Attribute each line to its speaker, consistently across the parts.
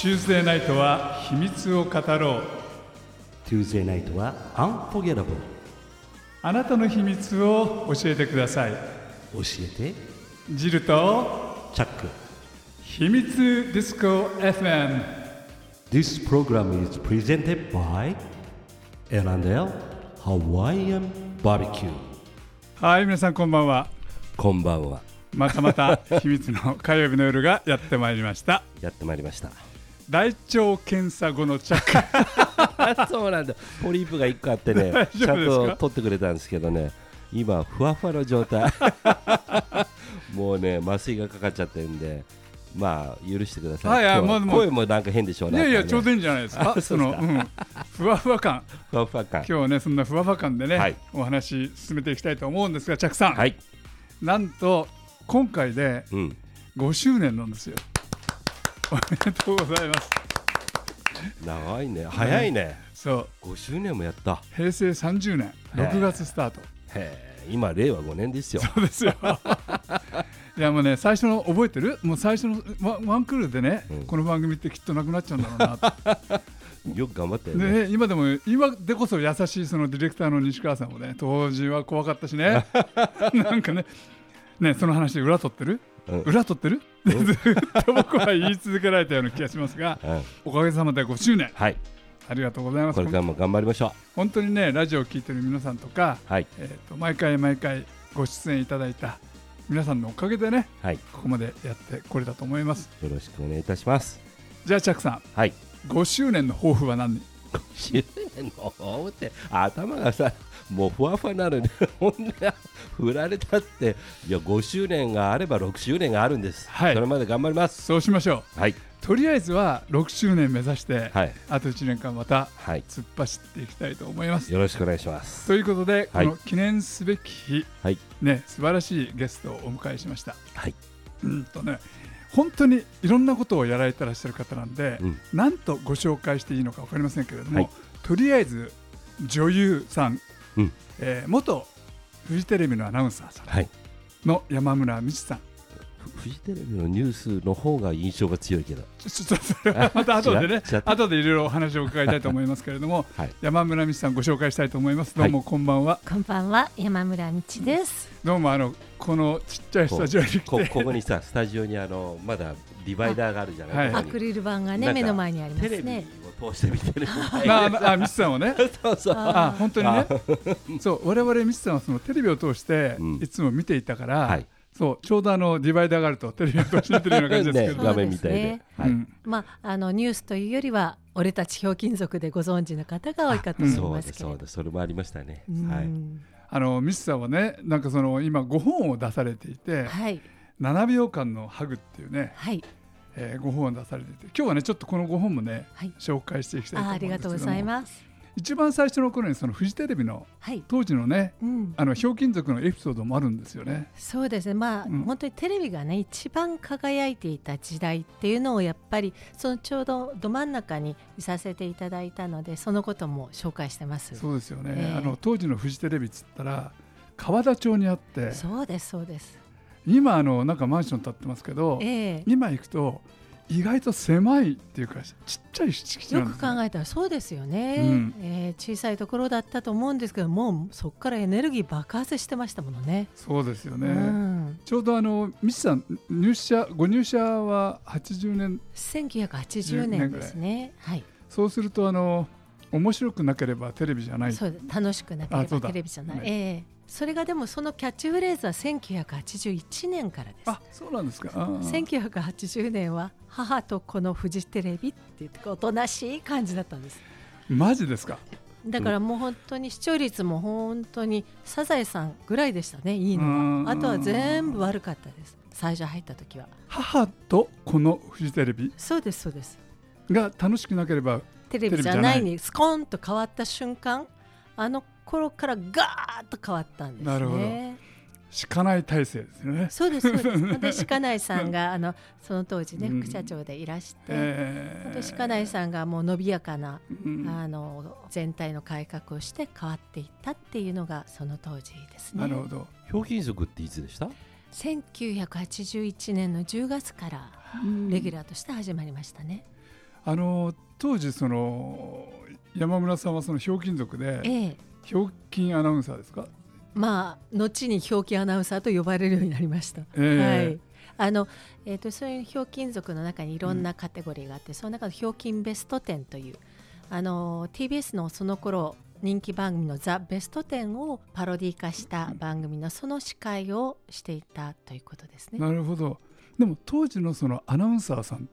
Speaker 1: Tuesday ナイトは秘密を語ろう。
Speaker 2: Tuesday night は Unforgettable。
Speaker 1: あなたの秘密を教えてください。
Speaker 2: 教えて
Speaker 1: ジルと
Speaker 2: チャック。
Speaker 1: 秘密ディスコ FM。
Speaker 2: This program is presented by L&L Hawaiian Barbecue。
Speaker 1: はい、皆さんこんばんは。
Speaker 2: こんばんは。
Speaker 1: また秘密の火曜日の夜がやってまいりました。
Speaker 2: やってまいりました。
Speaker 1: 大腸検査後のチャック
Speaker 2: そうなんだ。ポリープが1個あってねちゃんと取ってくれたんですけどね、今ふわふわの状態もうね麻酔がかかっちゃってるんで、まあ許してください。
Speaker 1: はい、
Speaker 2: 声もなんか変でしょうね。
Speaker 1: いやちょうどいいんじゃないですか。その、ふわふわ感、
Speaker 2: ふわふわ感。
Speaker 1: 今日はねそんなふわふわ感でね、
Speaker 2: はい、
Speaker 1: お話進めていきたいと思うんですが、チャックさん、
Speaker 2: はい、
Speaker 1: なんと今回で5周年なんですよ。おめでとうございます。
Speaker 2: 長いね、早いね。
Speaker 1: そう
Speaker 2: 5周年もやった。
Speaker 1: 平成30年6月スタート。
Speaker 2: 今令和5年ですよ。
Speaker 1: そうですよいやもうね、最初の覚えてる？もう最初のワンクールでね、この番組ってきっとなくなっちゃうんだろうな
Speaker 2: よく頑張ったよね。
Speaker 1: 今でこそ優しいそのディレクターの西川さんもね、当時は怖かったしねなんかねその話で裏取ってる、裏取ってるずっと僕は言い続けられたような気がしますが、おかげさまで5周年、
Speaker 2: はい、
Speaker 1: ありがとうございます。
Speaker 2: これからも頑張りましょう。
Speaker 1: 本当にね、ラジオを聞いてる皆さんとか、毎回ご出演いただいた皆さんのおかげでね、ここまでやってこれたと思います。
Speaker 2: よろしくお願いいたします。
Speaker 1: じゃあチャックさん、5周年の抱負は何？
Speaker 2: 5周年の抱負って頭がさもうふわふわなるねほんで振られたって、いや5周年があれば6周年があるんです、それまで頑張ります。
Speaker 1: そうしましょう。とりあえずは6周年目指して、あと1年間また突っ走っていきたいと思います。
Speaker 2: よろしくお願いします。
Speaker 1: ということで、この記念すべき日、素晴らしいゲストをお迎えしました。本当にいろんなことをやられてらっしゃる方なんで、なんとご紹介していいのか分かりませんけれども、とりあえず女優さん、元フジテレビのアナウンサーさんの山村美智さん。
Speaker 2: フジテレビのニュースの方が印象が強いけど、
Speaker 1: それはまた後でね後でいろいろお話を伺いたいと思いますけれども、山村美智さんご紹介したいと思います。どうもこんばんは。
Speaker 3: こんばんは、山村美智です。
Speaker 1: どうもこのちっちゃいスタジオに来て、
Speaker 2: ここにさスタジオにまだディバイダーがあるじゃない。
Speaker 3: アクリル板がね目の前にありますね。テレ
Speaker 2: ビを通して見てる
Speaker 1: 美智さんをね本当にねそう我々美智さんはそのテレビを通していつも見ていたから、そうちょうどディバイダーがあるとテレビを通して見てるような感じですけど、
Speaker 2: 画面みたいで、
Speaker 3: ニュースというよりは俺たちひょうきん族でご存知の方が多いかと思いますけど、
Speaker 2: それもありましたね。
Speaker 1: 美智さんはね、なんか今5本を出されていて、7秒間のハグっていうね、5本を出されていて、今日はねちょっとこの5本もね、紹介していきたいと思うんですけども、
Speaker 3: ありがとうございます。
Speaker 1: 一番最初の頃にそのフジテレビの当時のね、ひょうきん族のエピソードもあるんですよね。
Speaker 3: そうですね、本当にテレビがね一番輝いていた時代っていうのをやっぱりそのちょうどど真ん中にいさせていただいたので、そのことも紹介してます。
Speaker 1: そうですよね、当時のフジテレビっつったら河田町にあって、
Speaker 3: そうですそうです。
Speaker 1: 今なんかマンション建ってますけど、今行くと意外と狭いっていうかちっちゃい敷地なんですね。
Speaker 3: よく考えたらそうですよね、小さいところだったと思うんですけど、もうそこからエネルギー爆発してましたものね。
Speaker 1: そうですよね、ちょうど美智さんご入社は80年
Speaker 3: 1980年ですね。
Speaker 1: そうすると面白くなければテレビじゃない。
Speaker 3: そう、楽しくなければテレビじゃない、それがでもそのキャッチフレーズは1981年からです。
Speaker 1: そうなんですか。
Speaker 3: 1980年は母と子のフジテレビって言っておとなしい感じだったんです。
Speaker 1: マジですか。
Speaker 3: だからもう本当に視聴率も本当にサザエさんぐらいでしたね、いいのは。あとは全部悪かったです、最初入った時は。
Speaker 1: 母と子のフジテレビ、
Speaker 3: そうですそうです、
Speaker 1: が楽しくなければ
Speaker 3: テレビじゃないにスコーンと変わった瞬間、頃からガーッと変わったんですね。
Speaker 1: なるほど、鹿内体制ですよね。
Speaker 3: そうですそうですで鹿内さんがその当時ね、副社長でいらして、鹿内さんがもう伸びやかな、全体の改革をして変わっていったっていうのがその当時ですね。
Speaker 1: なるほど。
Speaker 2: ひょうきん族っていつでした？
Speaker 3: 1981年の10月からレギュラーとして始まりましたね。
Speaker 1: 当時その山村さんはそのひょうきん族で、ひょうきんアナウンサーですか？
Speaker 3: まあ後にひょうきんアナウンサーと呼ばれるようになりました。はい。そういうひょうきん族の中にいろんなカテゴリーがあって、その中のひょうきんベスト10というTBS のその頃人気番組のザ・ベスト10をパロディ化した番組のその司会をしていたということですね。
Speaker 1: なるほど。でも当時のそのアナウンサーさんって、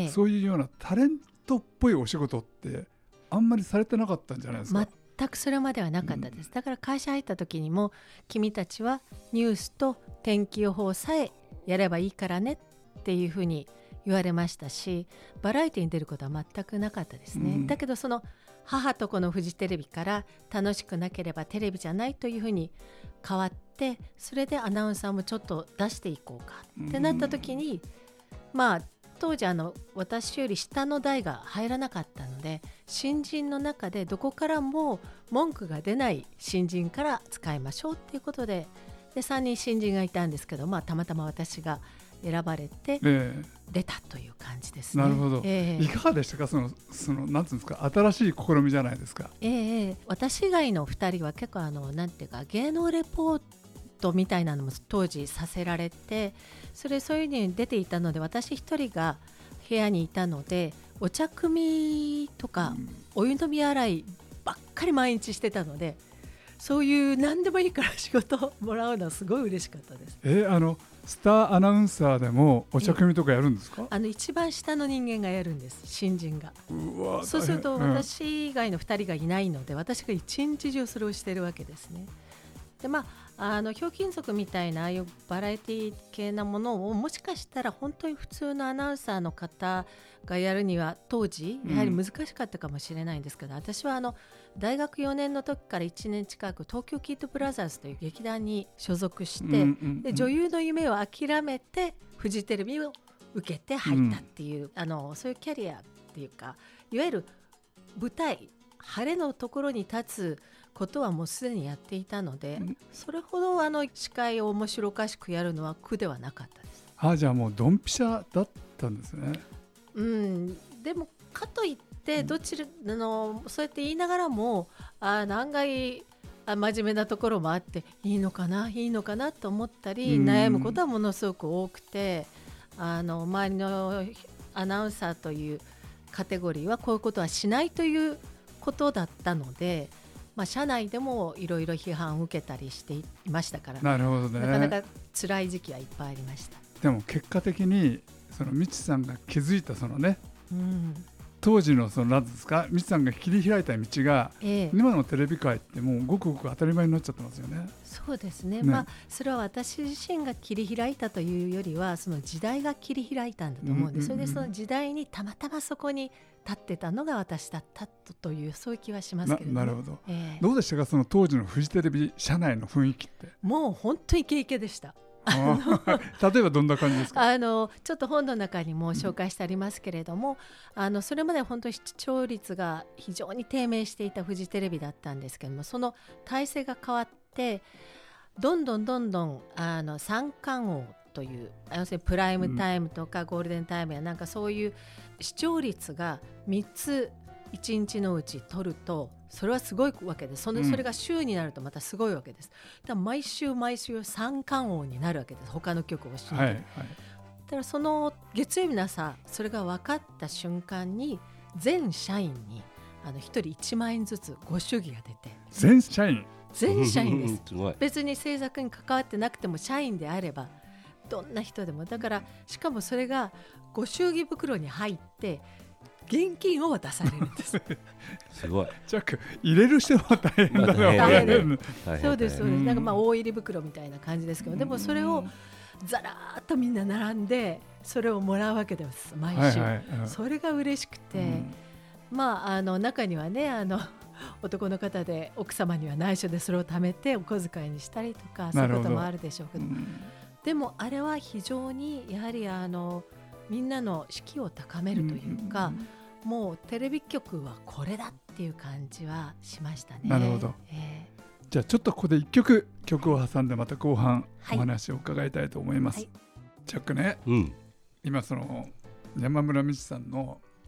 Speaker 1: そういうようなタレントっぽいお仕事ってあんまりされてなかったんじゃないですか？
Speaker 3: 全くそれまではなかったです。だから会社入った時にも、君たちはニュースと天気予報さえやればいいからねっていうふうに言われましたし、バラエティに出ることは全くなかったですね。だけどその母と子のフジテレビから楽しくなければテレビじゃないというふうに変わって、それでアナウンサーもちょっと出していこうかってなった時に、当時私より下の代が入らなかったので、新人の中でどこからも文句が出ない新人から使いましょうっていうことで、3人新人がいたんですけど、たまたま私が選ばれて出たという感じですね。
Speaker 1: なるほど。いかがでしたか？そのなんていうんですか、新しい試みじゃないですか。
Speaker 3: 私以外の2人は結構なんていうか、芸能レポートみたいなのも当時させられて、そういう風に出ていたので、私一人が部屋にいたので、お茶汲みとかお湯飲み洗いばっかり毎日してたので、そういう何でもいいから仕事をもらうのはすごい嬉しかったです。
Speaker 1: スターアナウンサーでもお茶汲みとかやるんですか？
Speaker 3: 一番下の人間がやるんです、新人が。そうすると私以外の2人がいないので、私が一日中それをしてるわけですね。でひょうきん族みたいなああいうバラエティ系なものを、もしかしたら本当に普通のアナウンサーの方がやるには当時やはり難しかったかもしれないんですけど、私は大学4年の時から1年近く東京キッドブラザーズという劇団に所属して、で女優の夢を諦めてフジテレビを受けて入ったっていう、そういうキャリアっていうか、いわゆる舞台晴れのところに立つことはもうすでにやっていたので、それほど司会を面白おかしくやるのは苦ではなかったです。
Speaker 1: じゃあもうドンピシャだったんですね。
Speaker 3: でもかといってそうやって言いながらも案外真面目なところもあって、いいのかなと思ったり悩むことはものすごく多くて、周りのアナウンサーというカテゴリーはこういうことはしないということだったので、社内でもいろいろ批判を受けたりしていましたから、
Speaker 1: なるほどね、
Speaker 3: なかなか辛い時期はいっぱいありました。
Speaker 1: でも結果的にそのみちさんが築いたそのね、当時の何ですか、みちさんが切り開いた道が、今のテレビ界ってもうごくごく当たり前になっちゃってますよね。
Speaker 3: そうですね。それは私自身が切り開いたというよりは、その時代が切り開いたんだと思うんです。それでその時代にたまたまそこに立ってたのが私だったという、そういう気はしますけれども、
Speaker 1: なるほど。どうでしたか、その当時のフジテレビ社内の雰囲気って。
Speaker 3: もう本当にイケイケでした。
Speaker 1: 例えばどんな感じですか？
Speaker 3: ちょっと本の中にも紹介してありますけれども、それまで本当に視聴率が非常に低迷していたフジテレビだったんですけども、その体制が変わってどんどん三冠王という、要するにプライムタイムとかゴールデンタイムやなんかそういう視聴率が3つ1日のうち取ると、それはすごいわけです。それが週になるとまたすごいわけです。だから毎週三冠王になるわけです、他の局を知って、だからその月曜日の朝それが分かった瞬間に、全社員に1人1万円ずつご祝儀が出て。
Speaker 1: 全社員
Speaker 3: ですすごい。別に制作に関わってなくても社員であればどんな人でも、だからしかもそれがご祝儀袋に入って現金を渡されるんです
Speaker 2: すごい。
Speaker 1: じゃあ入れる人は大変だね。
Speaker 3: そうです。なんか大入り袋みたいな感じですけど、でもそれをざらーっとみんな並んでそれをもらうわけです、毎週。それが嬉しくて、中にはね、男の方で奥様には内緒でそれを貯めてお小遣いにしたりとか、そういうこともあるでしょうけど、でもあれは非常にやはりみんなの士気を高めるというか、もうテレビ局はこれだっていう感じはしましたね。
Speaker 1: なるほど。じゃあちょっとここで1曲を挟んでまた後半お話を伺いたいと思います。チャックね、今その山村美智さんの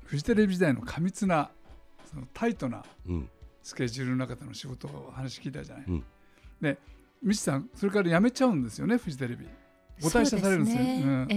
Speaker 1: フジテレビ時代の過密なそのタイトなスケジュールの中での仕事を話聞いたじゃない、でミチさんそれから辞めちゃうんですよね、フジテレビご退社されるんですよ。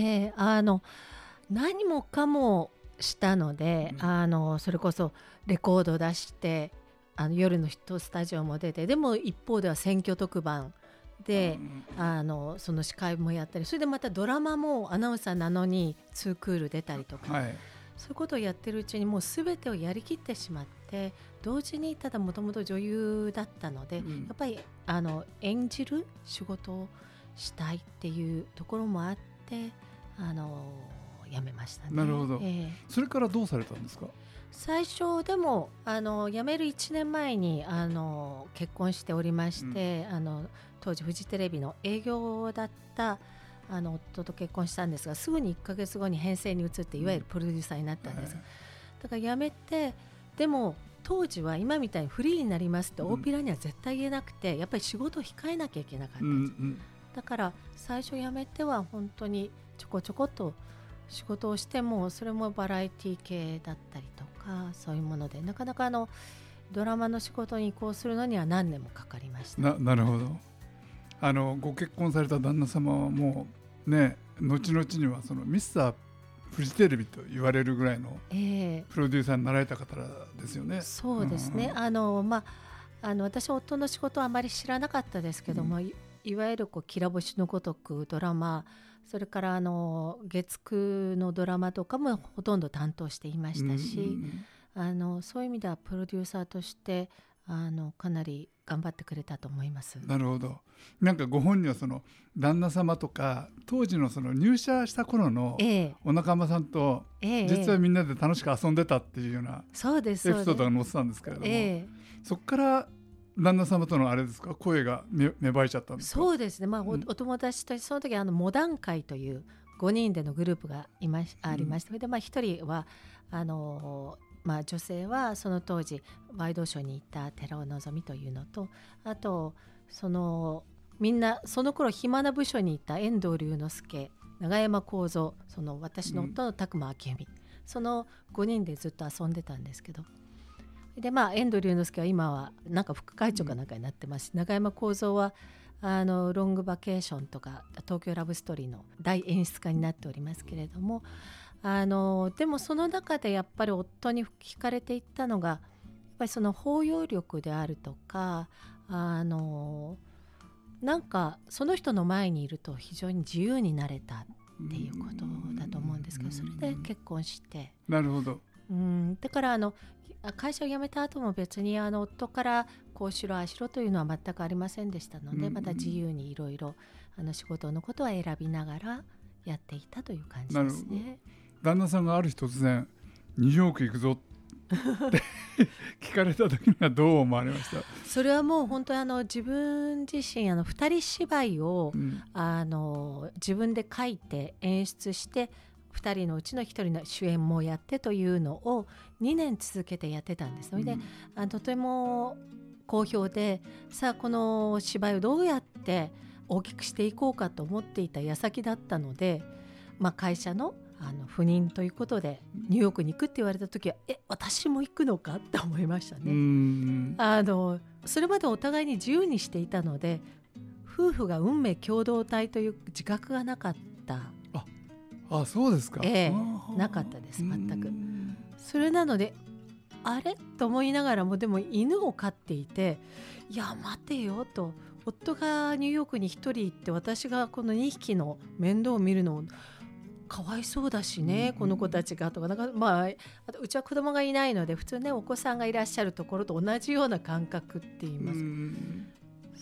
Speaker 3: 何もかもしたので、それこそレコード出して夜のヒットスタジオも出て、でも一方では選挙特番で、その司会もやったり、それでまたドラマもアナウンサーなのに2クール出たりとか、そういうことをやってるうちにもう全てをやりきってしまって、同時にただもともと女優だったので、やっぱり演じる仕事をしたいっていうところもあって辞めましたね。
Speaker 1: なるほど、それからどうされたんですか？
Speaker 3: 最初でも辞める1年前に結婚しておりまして、当時フジテレビの営業だった夫と結婚したんですが、すぐに1ヶ月後に編成に移っていわゆるプロデューサーになったんです、だから辞めて、でも当時は今みたいにフリーになりますって大っぴらには絶対言えなくて、やっぱり仕事を控えなきゃいけなかったんです、だから最初辞めては本当にちょこちょこっと仕事をしても、それもバラエティ系だったりとかそういうもので、なかなかドラマの仕事に移行するのには何年もかかりました。
Speaker 1: なるほど。ご結婚された旦那様はもうね、後々にはそのミスターフジテレビと言われるぐらいのプロデューサーになられた方ですよね。
Speaker 3: そうですね、私は夫の仕事はあまり知らなかったですけども、いわゆるきら星のごとくドラマ、それから月9のドラマとかもほとんど担当していましたし、そういう意味ではプロデューサーとしてかなり頑張ってくれたと思います。
Speaker 1: なるほど。なんかご本人はその旦那様とか当時のその入社した頃のお仲間さんと実はみんなで楽しく遊んでたっていうようなエピソードが載ってたんですけれども、そこから旦那様とのあれですか、声が芽生えちゃったんですか？
Speaker 3: そうですね、お友達とその時モダン会という5人でのグループがありまして、で1人は女性はその当時ワイドショーにいた寺尾のぞみというのと、あとみんなその頃暇な部署にいた遠藤龍之介、永山幸三、その私の夫の宅間明美、その5人でずっと遊んでたんですけど、で遠藤龍之介は今はなんか副会長かなんかになってますし、永山幸三はロングバケーションとか東京ラブストーリーの大演出家になっておりますけれども、でもその中でやっぱり夫に惹かれていったのがやっぱりその包容力であるとか、なんかその人の前にいると非常に自由になれたっていうことだと思うんですけど、それで結婚して。
Speaker 1: なるほど。
Speaker 3: だから会社を辞めた後も別に夫からこうしろああしろというのは全くありませんでしたので、また自由にいろいろ仕事のことは選びながらやっていたという感じですね。
Speaker 1: 旦那さんがある日突然ニューヨーク行くぞって聞かれた時にはどう思われました？
Speaker 3: それはもう本当に自分自身2人芝居を、自分で書いて演出して2人のうちの1人の主演もやってというのを2年続けてやってたんです。それでとても好評で、さあこの芝居をどうやって大きくしていこうかと思っていた矢先だったので、会社の赴任ということでニューヨークに行くって言われた時は私も行くのかって思いましたね。それまでお互いに自由にしていたので、夫婦が運命共同体という自覚がなかった。
Speaker 1: そうですか。
Speaker 3: なかったです、全く。それなのであれと思いながらも、でも犬を飼っていて、いや待てよと、夫がニューヨークに一人行って私がこの2匹の面倒を見るのかわいそうだしね、この子たちがとか、あとうちは子供がいないので、普通ねお子さんがいらっしゃるところと同じような感覚って言います。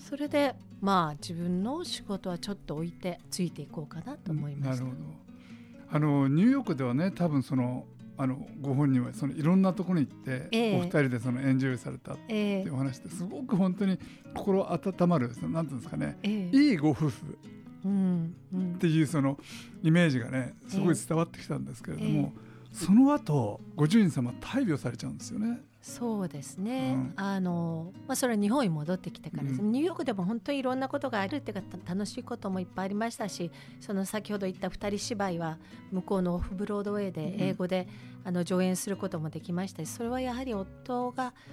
Speaker 3: それで自分の仕事はちょっと置いてついていこうかなと思いました。
Speaker 1: なるほど。ニューヨークではね、多分ご本人はいろんなところに行って、お二人でエンジョイされたっていうお話ですごく本当に心温まる、なんていうんですかね、いいご夫婦っていうイメージがねすごい伝わってきたんですけれども、 その後ご主人様大病されちゃうんですよね。
Speaker 3: そうですね、それは日本に戻ってきてからです、ニューヨークでも本当にいろんなことがあるっていうか楽しいこともいっぱいありましたし、その先ほど言った2人芝居は向こうのオフブロードウェイで英語で上演することもできましたし、それはやはり夫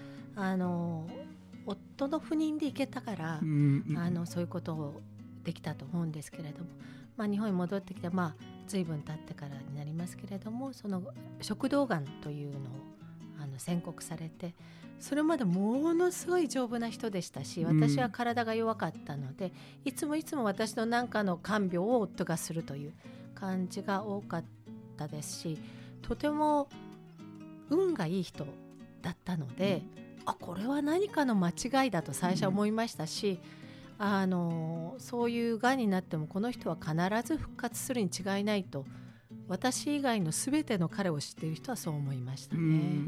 Speaker 3: の不妊で行けたから、そういうことをできたと思うんですけれども、日本に戻ってきて随分経ってからになりますけれども、その食道がんというのを宣告されて、それまでものすごい丈夫な人でしたし、私は体が弱かったので、いつも私の何かの看病を夫がするという感じが多かったですし、とても運がいい人だったので、これは何かの間違いだと最初は思いましたし、そういうがんになってもこの人は必ず復活するに違いないと、私以外の全ての彼を知っている人はそう思いましたね。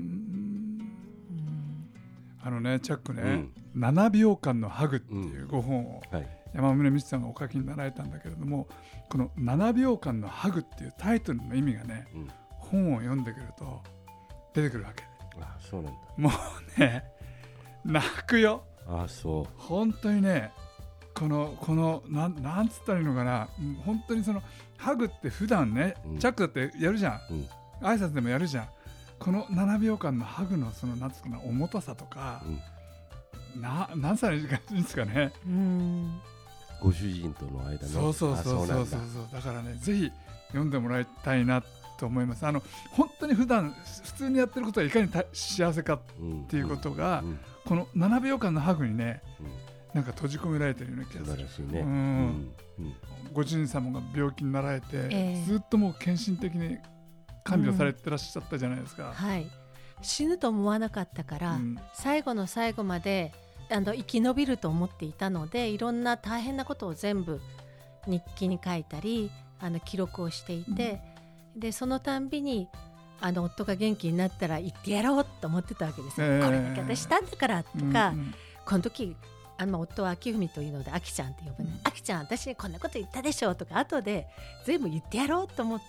Speaker 1: チャックね、7秒間のハグっていう5本を山宗美智さんがお書きになられたんだけれども、この7秒間のハグっていうタイトルの意味がね、本を読んでくると出てくるわけ。
Speaker 2: そうなんだ。
Speaker 1: もうね泣くよ。
Speaker 2: そう。
Speaker 1: 本当にね、このなんつったらいいのかな、本当にそのハグって普段ね、チャックだってやるじゃん、挨拶でもやるじゃん。この7秒間のハグのそのなんつうかな、重たさとか、何歳の時間ですかね、
Speaker 2: ご主人との間の。
Speaker 1: そうだからね、ぜひ読んでもらいたいなと思います。本当に普通にやってることはいかに幸せかっていうことが、この7秒間のハグにね、なんか閉じ込められてるような気がする。
Speaker 2: 素晴らしいね。
Speaker 1: ご主人様が病気になられて、ずっともう献身的に看病されてらっしゃったじゃないですか。
Speaker 3: 死ぬと思わなかったから、最後の最後まで生き延びると思っていたので、いろんな大変なことを全部日記に書いたり記録をしていて、でそのたんびに夫が元気になったら言ってやろうと思ってたわけですよ。これだけ私したんだからとか、この時夫は秋文というので秋ちゃんって呼ぶね、秋ちゃん私にこんなこと言ったでしょとか後で全部言ってやろうと思って、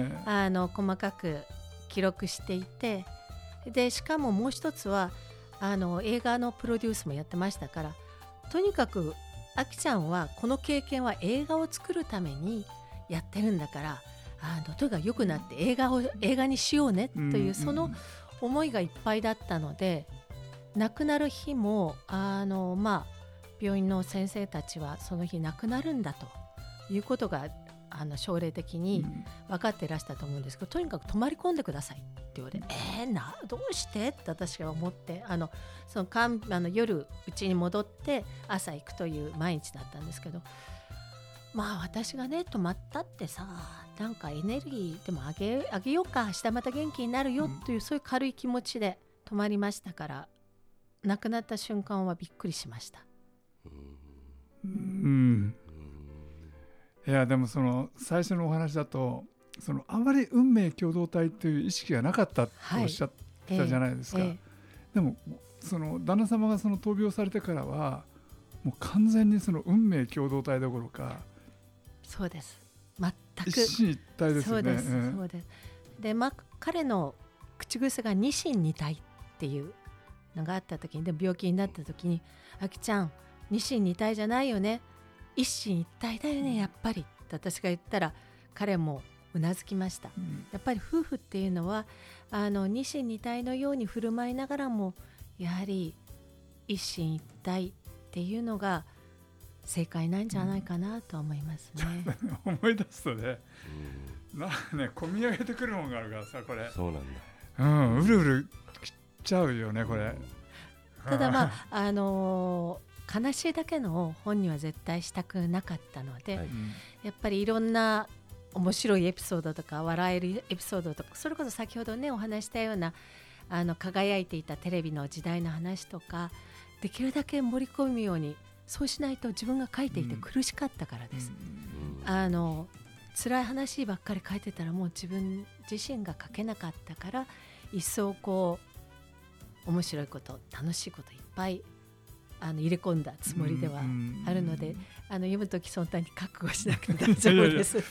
Speaker 3: 細かく記録していて、でしかももう一つは映画のプロデュースもやってましたから、とにかく秋ちゃんはこの経験は映画を作るためにやってるんだから、とにかく良くなって映画にしようねという、その思いがいっぱいだったので、亡くなる日も病院の先生たちはその日亡くなるんだということが将来的に分かっていらしたと思うんですけど、とにかく泊まり込んでくださいって言われて、どうしてって私が思って、夜家に戻って朝行くという毎日だったんですけど、私がね泊まったってさ、なんかエネルギーでもあげようか、明日また元気になるよという、そういう軽い気持ちで泊まりましたから、亡くなった瞬間はびっくりしました。
Speaker 1: いやでもその最初のお話だと、あまり運命共同体という意識がなかったとおっしゃったじゃないですか。でもその旦那様がその闘病されてからはもう完全にその運命共同体どころか、
Speaker 3: そうです、全く
Speaker 1: 一進一退ですよね。
Speaker 3: そうです。で彼の口癖が二進二退っていうのがあった時に、で病気になった時に、あきちゃん二進二退じゃないよね、一進一退だよねやっぱりって私が言ったら、彼もうなずきました。やっぱり夫婦っていうのは二進二退のように振る舞いながらも、やはり一進一退っていうのが正解なんじゃないかなと思いますね。
Speaker 1: 思い出すとね、なんかね込み上げてくるものがあるからさ、これ
Speaker 2: そうなんだ、
Speaker 1: うるうるきちゃうよねこれ。
Speaker 3: ただ悲しいだけの本には絶対したくなかったので、やっぱりいろんな面白いエピソードとか笑えるエピソードとか、それこそ先ほどねお話したような輝いていたテレビの時代の話とか、できるだけ盛り込むように、そうしないと自分が書いていて苦しかったからです。辛い話ばっかり書いてたらもう自分自身が書けなかったから、一層こう面白いこと楽しいこといっぱい入れ込んだつもりではあるので、読むときそんなに覚悟しなくて大丈夫です。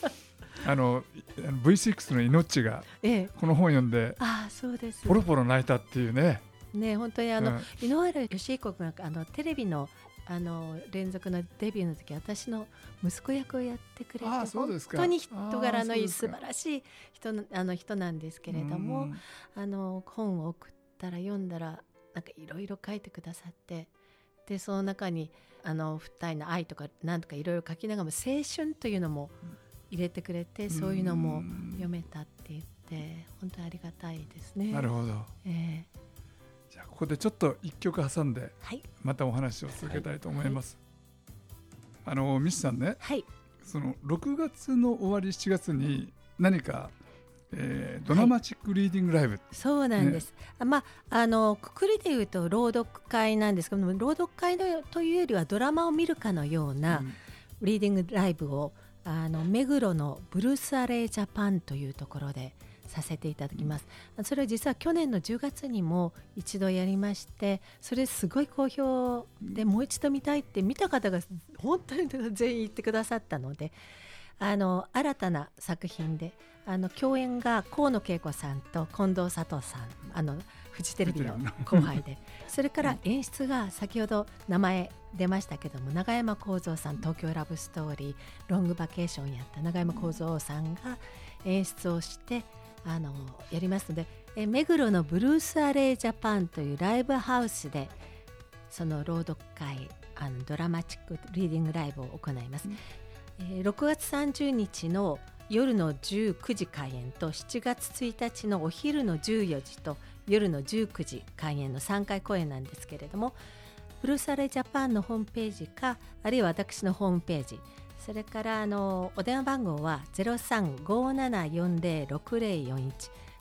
Speaker 1: V6 の命がこの本読んで、
Speaker 3: そうです、
Speaker 1: ポロポロ泣いたっていうね。
Speaker 3: 本当に井ノ原快彦君がテレビの連続のデビューの時、私の息子役をやってくれて、本当に人柄のいい素晴らしい人なんですけれども、本を送ったら読んだらなんかいろいろ書いてくださって、でその中に二人の愛とかなんとかいろいろ書きながらも青春というのも入れてくれて、そういうのも読めたって言って本当にありがたいですね。
Speaker 1: なるほど、じゃあここでちょっと一曲挟んで、またお話を続けたいと思います。ミシさんね、その6月の終わり7月に何かドラマチックリーディングライブ、
Speaker 3: そうなんです、くくりでいうと朗読会なんですけども、朗読会というよりはドラマを見るかのようなリーディングライブを目黒のブルースアレイジャパンというところでさせていただきます。それは実は去年の10月にも一度やりまして、それすごい好評で、もう一度見たいって見た方が本当に全員言ってくださったので、新たな作品で共演が河野恵子さんと近藤佐藤さん、フジテレビの後輩でそれから演出が先ほど名前出ましたけども、永山幸三さん、東京ラブストーリー、ロングバケーションやった永山幸三さんが演出をしてやりますので、目黒のブルースアレイジャパンというライブハウスでその朗読会ドラマチックリーディングライブを行います。6月30日の夜の19時開演と7月1日のお昼の14時と夜の19時開演の3回公演なんですけれども、ブルースアレイジャパンのホームページか、あるいは私のホームページ、それからお電話番号は 0357406041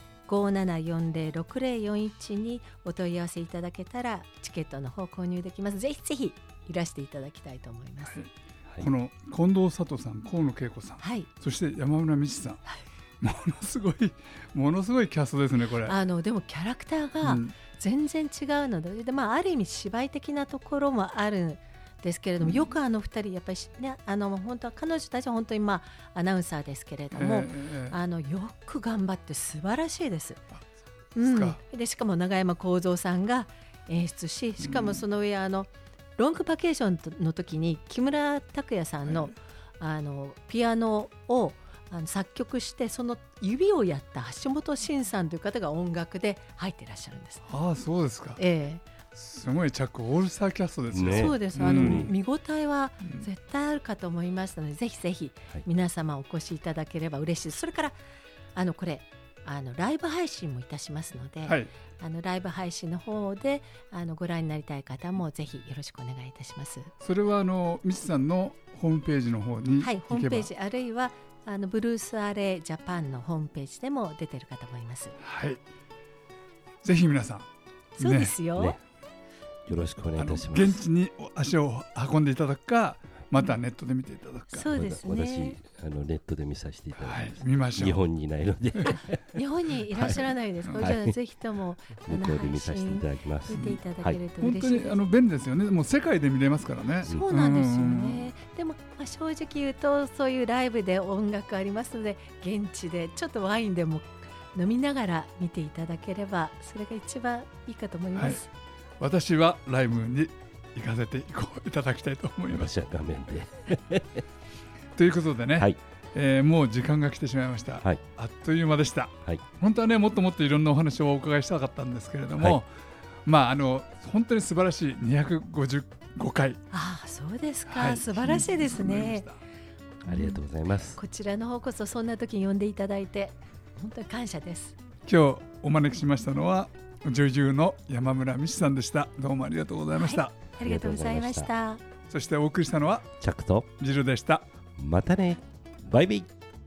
Speaker 3: 57406041にお問い合わせいただけたらチケットの方購入できます。ぜひぜひいらしていただきたいと思います。
Speaker 1: この近藤佐藤さん、河野恵子さん、そして山村美智さん、ものすごいキャストですねこれ。
Speaker 3: でもキャラクターが全然違うので、ある意味芝居的なところもあるんですけれども、よく2人やっぱりね、本当は彼女たちは本当にアナウンサーですけれども、よく頑張って素晴らしいです。でしかも永山幸三さんが演出し、しかもその上ロングバケーションの時に木村拓哉さんの、ピアノを作曲して、その指をやった橋本真さんという方が音楽で入っていらっしゃるんです。
Speaker 1: そうですか。すごいチャックオールスターキャストですね。
Speaker 3: そうです。見応えは絶対あるかと思いますので、ぜひぜひ皆様お越しいただければ嬉しいです。それからこれライブ配信もいたしますので、ライブ配信の方でご覧になりたい方もぜひよろしくお願いいたします。
Speaker 1: それはミチさんのホームページの方に行けば、
Speaker 3: ホームページあるいはブルースアレイジャパンのホームページでも出てるかと思います。
Speaker 1: ぜひ皆さん、
Speaker 3: そうですよ、
Speaker 2: よろしくお願いいたします。
Speaker 1: 現地に足を運んでいただくか、またネットで見ていただくか。
Speaker 3: そうですね。
Speaker 2: 私ネットで見させていただきます。
Speaker 1: 見ましょう。
Speaker 2: 日本にいないので
Speaker 3: 日本にいらっしゃらないですか。じゃあぜひとも
Speaker 2: ネットで見させていただきます。
Speaker 3: 見ていただけると嬉しいです。
Speaker 1: 本当に便利ですよね。もう世界で見れますからね。
Speaker 3: そうなんですよね。でも正直言うと、そういうライブで音楽ありますので、現地でちょっとワインでも飲みながら見ていただければ、それが一番いいかと思います。
Speaker 1: 私はライブに行かせていただきたいと思います。
Speaker 2: 私は画面で
Speaker 1: ということでね、もう時間が来てしまいました。あっという間でした。本当はね、もっともっといろんなお話をお伺いしたかったんですけれども、本当に素晴らしい255回。
Speaker 3: そうですか、素晴らしいですね。
Speaker 2: ありがとうございます。
Speaker 3: こちらの方こそそんな時に呼んでいただいて本当に感謝です。
Speaker 1: 今日お招きしましたのは女優の山村美智さんでした。どうもありがとうございました。
Speaker 3: ありがとうございました。
Speaker 1: そしてお送りしたのは
Speaker 2: チャックと
Speaker 1: ジルでした。
Speaker 2: またね、バイビー。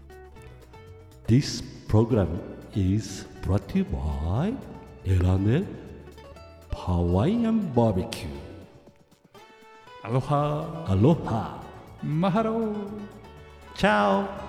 Speaker 2: This program is brought to you by エラネハワイアンバーベキュー。
Speaker 1: アロハ
Speaker 2: アロハ、
Speaker 1: マハロー、
Speaker 2: チャオ。